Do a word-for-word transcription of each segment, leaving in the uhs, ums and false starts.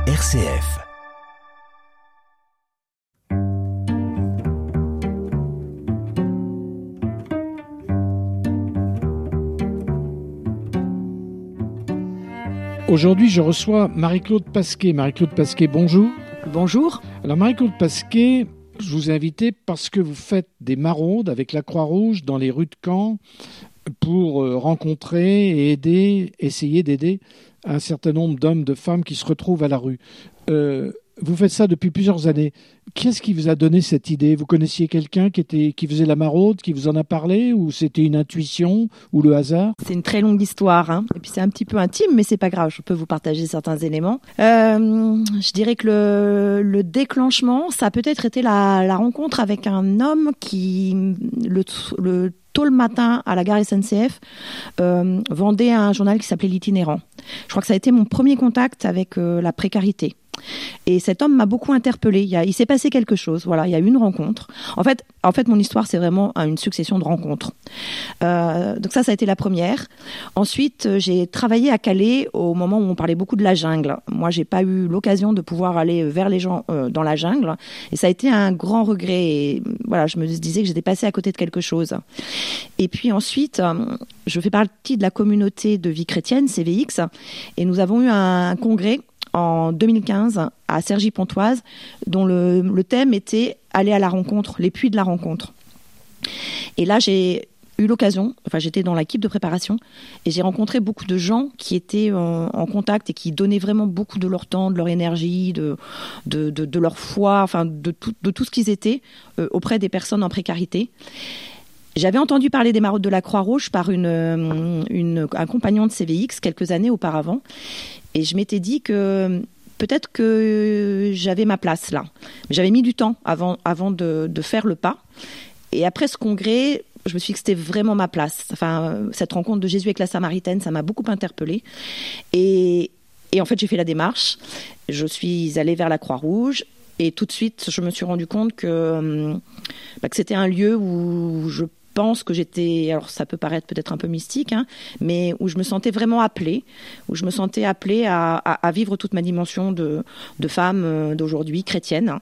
R C F. Aujourd'hui, je reçois Marie-Claude Pasquet. Marie-Claude Pasquet, bonjour. Bonjour. Alors Marie-Claude Pasquet, je vous ai invité parce que vous faites des maraudes avec la Croix-Rouge dans les rues de Caen pour rencontrer et aider, essayer d'aider un certain nombre d'hommes, de femmes qui se retrouvent à la rue. Euh, vous faites ça depuis plusieurs années. Qu'est-ce qui vous a donné cette idée ? Vous connaissiez quelqu'un qui était, qui faisait la maraude, qui vous en a parlé, ou c'était une intuition, ou le hasard ? C'est une très longue histoire, hein. Et puis c'est un petit peu intime, mais c'est pas grave, je peux vous partager certains éléments. Euh, je dirais que le, le déclenchement, ça a peut-être été la, la rencontre avec un homme qui, le, le tôt le matin à la gare S N C F, euh, vendait un journal qui s'appelait L'Itinérant. Je crois que ça a été mon premier contact avec euh, la précarité. Et cet homme m'a beaucoup interpellée. Il, y a, il s'est passé quelque chose. Voilà, il y a eu une rencontre. En fait, en fait, mon histoire, c'est vraiment une succession de rencontres. Euh, donc ça, ça a été la première. Ensuite, j'ai travaillé à Calais au moment où on parlait beaucoup de la jungle. Moi, j'ai pas eu l'occasion de pouvoir aller vers les gens euh, dans la jungle, et ça a été un grand regret. Et voilà, je me disais que j'étais passée à côté de quelque chose. Et puis ensuite, euh, je fais partie de la communauté de vie chrétienne, C V X, et nous avons eu un congrès en deux mille quinze à Cergy-Pontoise, dont le, le thème était « Aller à la rencontre, les puits de la rencontre ». Et là, j'ai eu l'occasion, enfin j'étais dans l'équipe de préparation, et j'ai rencontré beaucoup de gens qui étaient en, en contact et qui donnaient vraiment beaucoup de leur temps, de leur énergie, de, de, de, de leur foi, enfin de tout, de tout ce qu'ils étaient euh, auprès des personnes en précarité. J'avais entendu parler des maraudes de la Croix-Rouge par une, une, un compagnon de C V X quelques années auparavant. Et je m'étais dit que peut-être que j'avais ma place là. Mais j'avais mis du temps avant, avant de, de faire le pas. Et après ce congrès, je me suis dit que c'était vraiment ma place. Enfin, cette rencontre de Jésus avec la Samaritaine, ça m'a beaucoup interpellée. Et, et en fait, j'ai fait la démarche. Je suis allée vers la Croix-Rouge. Et tout de suite, je me suis rendu compte que, bah, que c'était un lieu où je pense que j'étais, alors ça peut paraître peut-être un peu mystique, hein, mais où je me sentais vraiment appelée, où je me sentais appelée à, à, à vivre toute ma dimension de, de femme d'aujourd'hui, chrétienne.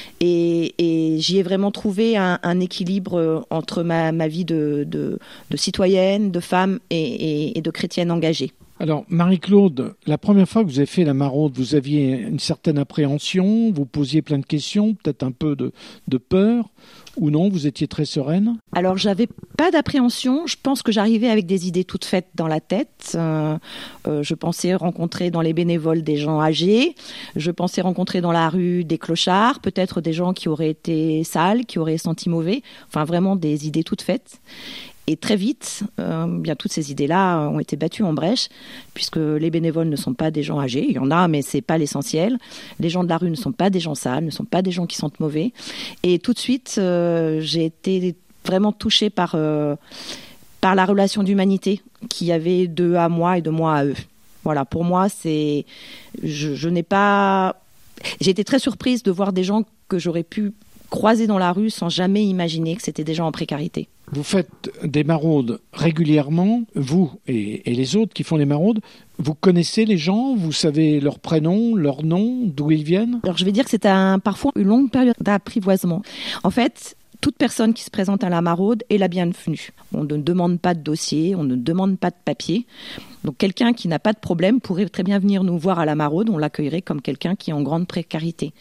Et, et j'y ai vraiment trouvé un, un équilibre entre ma, ma vie de, de, de citoyenne, de femme et, et, et de chrétienne engagée. Alors, Marie-Claude, la première fois que vous avez fait la maraude, vous aviez une certaine appréhension, vous posiez plein de questions, peut-être un peu de, de peur, ou non, vous étiez très sereine ? Alors, j'avais pas d'appréhension. Je pense que j'arrivais avec des idées toutes faites dans la tête. Euh, euh, je pensais rencontrer dans les bénévoles des gens âgés. Je pensais rencontrer dans la rue des clochards, peut-être des gens qui auraient été sales, qui auraient senti mauvais. Enfin, vraiment des idées toutes faites. Et très vite, euh, bien toutes ces idées-là ont été battues en brèche, puisque les bénévoles ne sont pas des gens âgés. Il y en a, mais c'est pas l'essentiel. Les gens de la rue ne sont pas des gens sales, ne sont pas des gens qui sentent mauvais. Et tout de suite, euh, j'ai été vraiment touchée par euh, par la relation d'humanité qu'il y avait d'eux à moi et de moi à eux. Voilà, pour moi, c'est, je, je n'ai pas, j'ai été très surprise de voir des gens que j'aurais pu croiser dans la rue sans jamais imaginer que c'était des gens en précarité. Vous faites des maraudes régulièrement, vous et, et les autres qui font les maraudes. Vous connaissez les gens, vous savez leur prénom, leur nom, d'où ils viennent ? Alors je vais dire que c'est un, parfois une longue période d'apprivoisement. En fait, toute personne qui se présente à la maraude est la bienvenue. On ne demande pas de dossier, on ne demande pas de papier. Donc quelqu'un qui n'a pas de problème pourrait très bien venir nous voir à la maraude, on l'accueillerait comme quelqu'un qui est en grande précarité.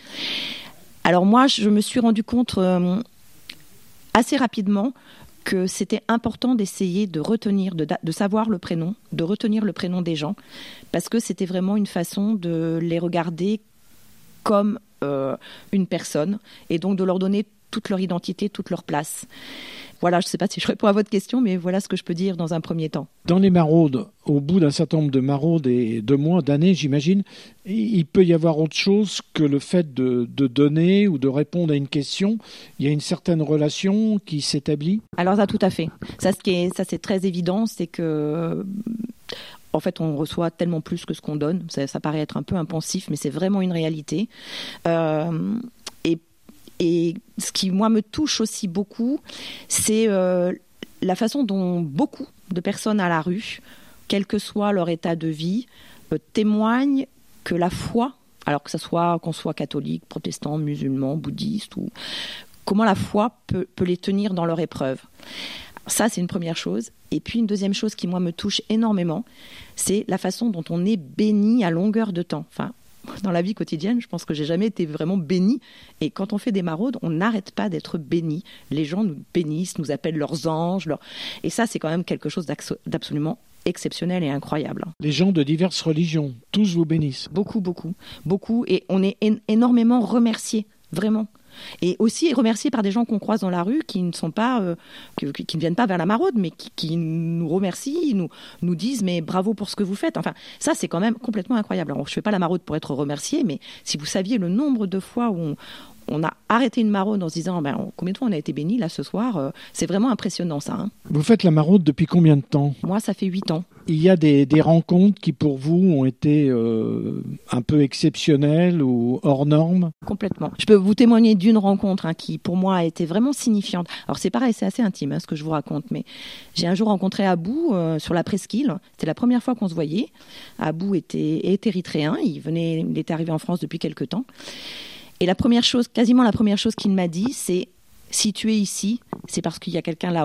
Alors moi, je me suis rendu compte euh, assez rapidement que c'était important d'essayer de retenir, de, de savoir le prénom, de retenir le prénom des gens, parce que c'était vraiment une façon de les regarder comme euh, une personne, et donc de leur donner toute leur identité, toute leur place. Voilà, je ne sais pas si je réponds à votre question, mais voilà ce que je peux dire dans un premier temps. Dans les maraudes, au bout d'un certain nombre de maraudes et de mois, d'années, j'imagine, il peut y avoir autre chose que le fait de, de donner ou de répondre à une question. Il y a une certaine relation qui s'établit ? Alors ça, tout à fait. Ça, ce qui est, ça c'est très évident, c'est que... En fait, on reçoit tellement plus que ce qu'on donne. Ça, ça paraît être un peu impensif, mais c'est vraiment une réalité. Euh, et Et ce qui, moi, me touche aussi beaucoup, c'est euh, la façon dont beaucoup de personnes à la rue, quel que soit leur état de vie, euh, témoignent que la foi Alors que ça soit, qu'on soit catholique, protestant, musulman, bouddhiste, ou comment la foi peut, peut les tenir dans leur épreuve. Ça, c'est une première chose. Et puis une deuxième chose qui, moi, me touche énormément, c'est la façon dont on est béni à longueur de temps. Enfin, dans la vie quotidienne, je pense que j'ai jamais été vraiment bénie. Et quand on fait des maraudes, on n'arrête pas d'être béni. Les gens nous bénissent, nous appellent leurs anges. Leurs... Et ça, c'est quand même quelque chose d'absolument exceptionnel et incroyable. Les gens de diverses religions, tous vous bénissent. Beaucoup, beaucoup, beaucoup. Et on est é- énormément remerciés, vraiment. Et aussi remerciés par des gens qu'on croise dans la rue qui ne sont pas, euh, qui, qui ne viennent pas vers la maraude, mais qui, qui nous remercient, nous, nous disent mais bravo pour ce que vous faites. Enfin, ça c'est quand même complètement incroyable. Alors, je fais pas la maraude pour être remercié, mais si vous saviez le nombre de fois où on, on a arrêté une maraude en se disant ben, on, combien de fois on a été bénis là ce soir, euh, c'est vraiment impressionnant ça. Hein. Vous faites la maraude depuis combien de temps ? Moi, ça fait huit ans. Il y a des, des rencontres qui, pour vous, ont été euh, un peu exceptionnelles ou hors normes ? Complètement. Je peux vous témoigner d'une rencontre hein, qui, pour moi, a été vraiment signifiante. Alors, c'est pareil, c'est assez intime hein, ce que je vous raconte, mais j'ai un jour rencontré Abou euh, sur la presqu'île. C'était la première fois qu'on se voyait. Abou était, était érythréen. Il, venait, il était arrivé en France depuis quelque temps. Et la première chose, quasiment la première chose qu'il m'a dit, c'est « Si tu es ici, c'est parce qu'il y a quelqu'un là-haut ».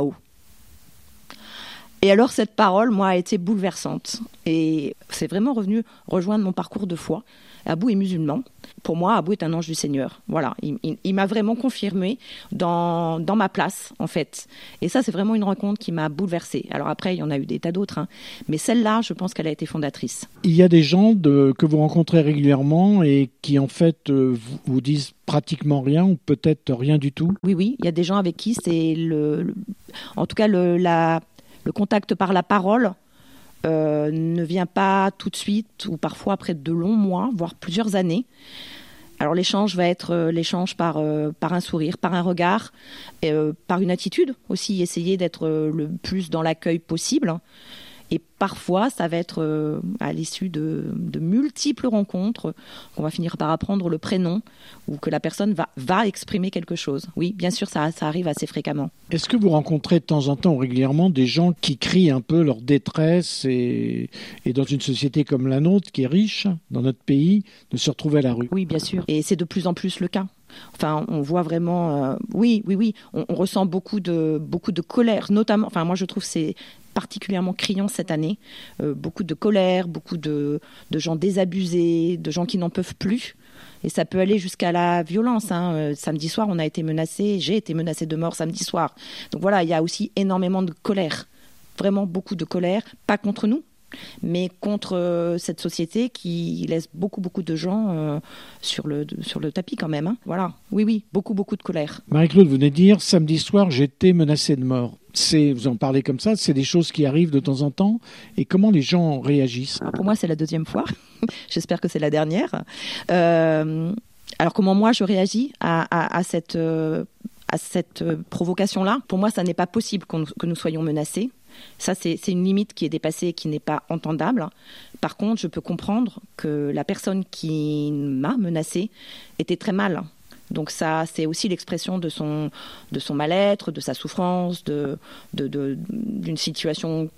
Et alors, cette parole, moi, a été bouleversante. Et c'est vraiment revenu rejoindre mon parcours de foi. Abou est musulman. Pour moi, Abou est un ange du Seigneur. Voilà, il, il, il m'a vraiment confirmé dans, dans ma place, en fait. Et ça, c'est vraiment une rencontre qui m'a bouleversée. Alors après, il y en a eu des tas d'autres. Hein. Mais celle-là, je pense qu'elle a été fondatrice. Il y a des gens de, que vous rencontrez régulièrement et qui, en fait, euh, vous, vous disent pratiquement rien ou peut-être rien du tout ? Oui, oui. Il y a des gens avec qui c'est le... le en tout cas, le, la... Le contact par la parole euh, ne vient pas tout de suite ou parfois après de longs mois, voire plusieurs années. Alors l'échange va être euh, l'échange par, euh, par un sourire, par un regard, et, euh, par une attitude aussi, essayer d'être euh, le plus dans l'accueil possible. Et parfois, ça va être euh, à l'issue de, de multiples rencontres qu'on va finir par apprendre le prénom ou que la personne va, va exprimer quelque chose. Oui, bien sûr, ça, ça arrive assez fréquemment. Est-ce que vous rencontrez de temps en temps ou régulièrement des gens qui crient un peu leur détresse et, et dans une société comme la nôtre, qui est riche, dans notre pays, de se retrouver à la rue ? Oui, bien sûr. Et c'est de plus en plus le cas. Enfin, on voit vraiment... Euh, oui, oui, oui. On, on ressent beaucoup de, beaucoup de colère, notamment... Enfin, moi, je trouve que c'est particulièrement criant cette année. Euh, beaucoup de colère, beaucoup de, de gens désabusés, de gens qui n'en peuvent plus. Et ça peut aller jusqu'à la violence. Hein. Euh, samedi soir, on a été menacé, j'ai été menacée de mort samedi soir. Donc voilà, il y a aussi énormément de colère. Vraiment beaucoup de colère. Pas contre nous, mais contre euh, cette société qui laisse beaucoup, beaucoup de gens euh, sur, le, de, sur le tapis quand même. Hein. Voilà, oui, oui, beaucoup, beaucoup de colère. Marie-Claude, vous venez de dire, samedi soir, j'étais menacée de mort. C'est, vous en parlez comme ça, c'est des choses qui arrivent de temps en temps. Et comment les gens réagissent ? Alors pour moi, c'est la deuxième fois. J'espère que c'est la dernière. Euh, alors comment moi, je réagis à, à, à cette, euh, à cette provocation-là ? Pour moi, ça n'est pas possible qu'on, que nous soyons menacés. Ça, c'est, c'est une limite qui est dépassée et qui n'est pas entendable. Par contre, je peux comprendre que la personne qui m'a menacée était très mal. Donc ça, c'est aussi l'expression de son, de son mal-être, de sa souffrance, de, de, de, d'une situation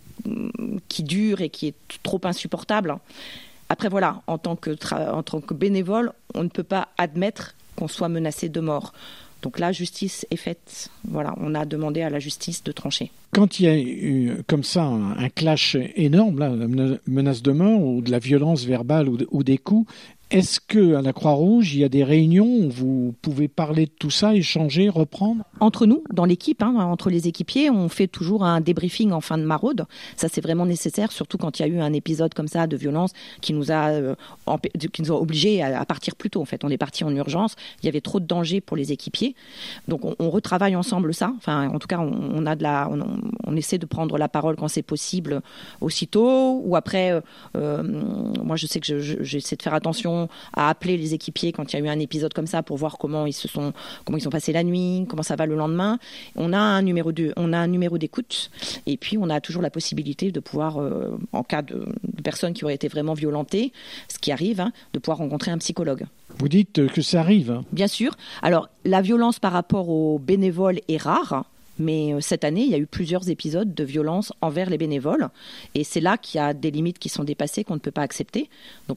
qui dure et qui est trop insupportable. Après, voilà, en tant que, tra- en tant que bénévole, on ne peut pas admettre qu'on soit menacé de mort. Donc la justice est faite. Voilà, on a demandé à la justice de trancher. Quand il y a eu comme ça un, un clash énorme, là, la menace de mort ou de la violence verbale ou, de, ou des coups, est-ce qu'à la Croix-Rouge, il y a des réunions où vous pouvez parler de tout ça, échanger, reprendre ? Entre nous, dans l'équipe, hein, entre les équipiers, on fait toujours un débriefing en fin de maraude. Ça, c'est vraiment nécessaire, surtout quand il y a eu un épisode comme ça de violence qui nous a, euh, empê- qui nous a obligés à, à partir plus tôt. En fait, on est parti en urgence. Il y avait trop de danger pour les équipiers. Donc, on, on retravaille ensemble ça. Enfin, en tout cas, on, on a de la, on, on essaie de prendre la parole quand c'est possible aussitôt. Ou après, euh, moi, je sais que je, je, j'essaie de faire attention à appeler les équipiers quand il y a eu un épisode comme ça pour voir comment ils se sont, comment ils ont passé la nuit, comment ça va le lendemain. On a un numéro de, on a un numéro d'écoute et puis on a toujours la possibilité de pouvoir, euh, en cas de, de personnes qui auraient été vraiment violentées, ce qui arrive, hein, de pouvoir rencontrer un psychologue. Vous dites que ça arrive, hein ? Bien sûr. Alors la violence par rapport aux bénévoles est rare. Mais cette année, il y a eu plusieurs épisodes de violence envers les bénévoles. Et c'est là qu'il y a des limites qui sont dépassées, qu'on ne peut pas accepter. Donc,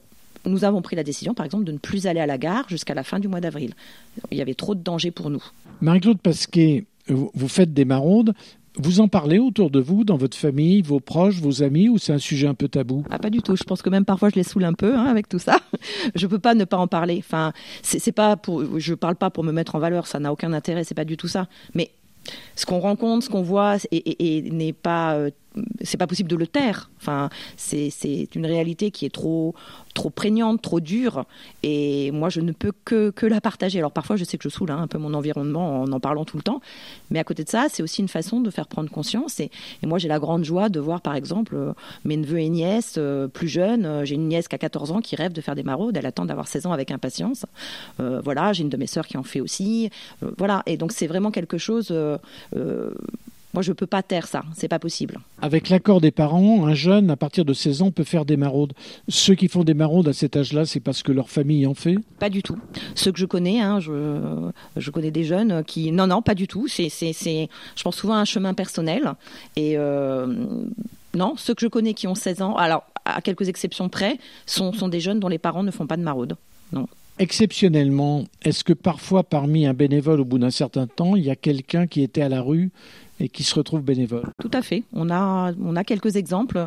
Nous avons pris la décision, par exemple, de ne plus aller à la gare jusqu'à la fin du mois d'avril. Il y avait trop de danger pour nous. Marie-Claude Pasquet, vous faites des maraudes. Vous en parlez autour de vous, dans votre famille, vos proches, vos amis, ou c'est un sujet un peu tabou? Ah, pas du tout. Je pense que même parfois je les saoule un peu hein, avec tout ça. Je peux pas ne pas en parler. Enfin, c'est, c'est pas pour, je parle pas pour me mettre en valeur. Ça n'a aucun intérêt. C'est pas du tout ça. Mais ce qu'on rencontre, ce qu'on voit, et, et, et n'est pas, euh, c'est pas possible de le taire. Enfin, c'est, c'est une réalité qui est trop, trop prégnante, trop dure, et moi je ne peux que, que la partager. Alors parfois je sais que je saoule hein, un peu mon environnement en en parlant tout le temps, mais à côté de ça, c'est aussi une façon de faire prendre conscience. Et, et moi j'ai la grande joie de voir par exemple euh, mes neveux et nièces euh, plus jeunes. Euh, j'ai une nièce qui a quatorze ans qui rêve de faire des maraudes. Elle attend d'avoir seize ans avec impatience. Euh, voilà, j'ai une de mes sœurs qui en fait aussi. Euh, voilà, et donc c'est vraiment quelque chose. Euh, euh, Moi, je ne peux pas taire ça, c'est pas possible. Avec l'accord des parents, un jeune, à partir de seize ans, peut faire des maraudes. Ceux qui font des maraudes à cet âge-là, c'est parce que leur famille en fait? Pas du tout. Ceux que je connais, hein, je, je connais des jeunes qui... Non, non, pas du tout. C'est, c'est, c'est, je pense souvent à un chemin personnel. Et euh, non, ceux que je connais qui ont seize ans, alors à quelques exceptions près, sont, sont des jeunes dont les parents ne font pas de maraude. Non. Exceptionnellement, est-ce que parfois, parmi un bénévole, au bout d'un certain temps, il y a quelqu'un qui était à la rue et qui se retrouve bénévole? Tout à fait. On a, on a quelques exemples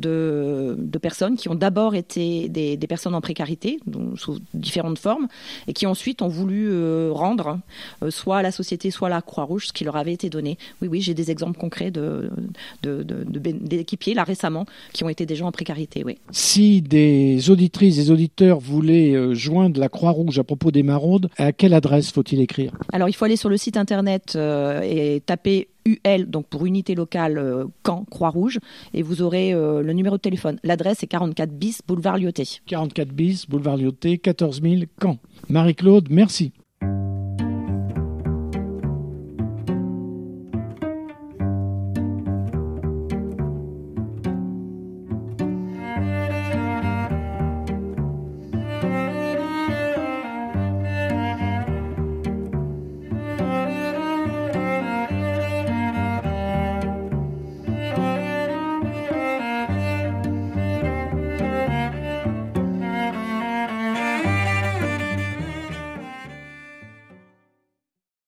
de, de personnes qui ont d'abord été des, des personnes en précarité, donc, sous différentes formes, et qui ensuite ont voulu euh, rendre euh, soit à la société, soit à la Croix-Rouge ce qui leur avait été donné. Oui, oui, j'ai des exemples concrets de, de, de, de, d'équipiers, là récemment, qui ont été des gens en précarité. Oui. Si des auditrices, des auditeurs voulaient euh, joindre la Croix-Rouge à propos des maraudes, à quelle adresse faut-il écrire? Alors, il faut aller sur le site internet euh, et taper U L, donc pour unité locale euh, Caen Croix-Rouge, et vous aurez euh, le numéro de téléphone. L'adresse est quarante-quatre bis boulevard Lyoté. quarante-quatre bis boulevard Lyoté, quatorze mille Caen. Marie-Claude, merci.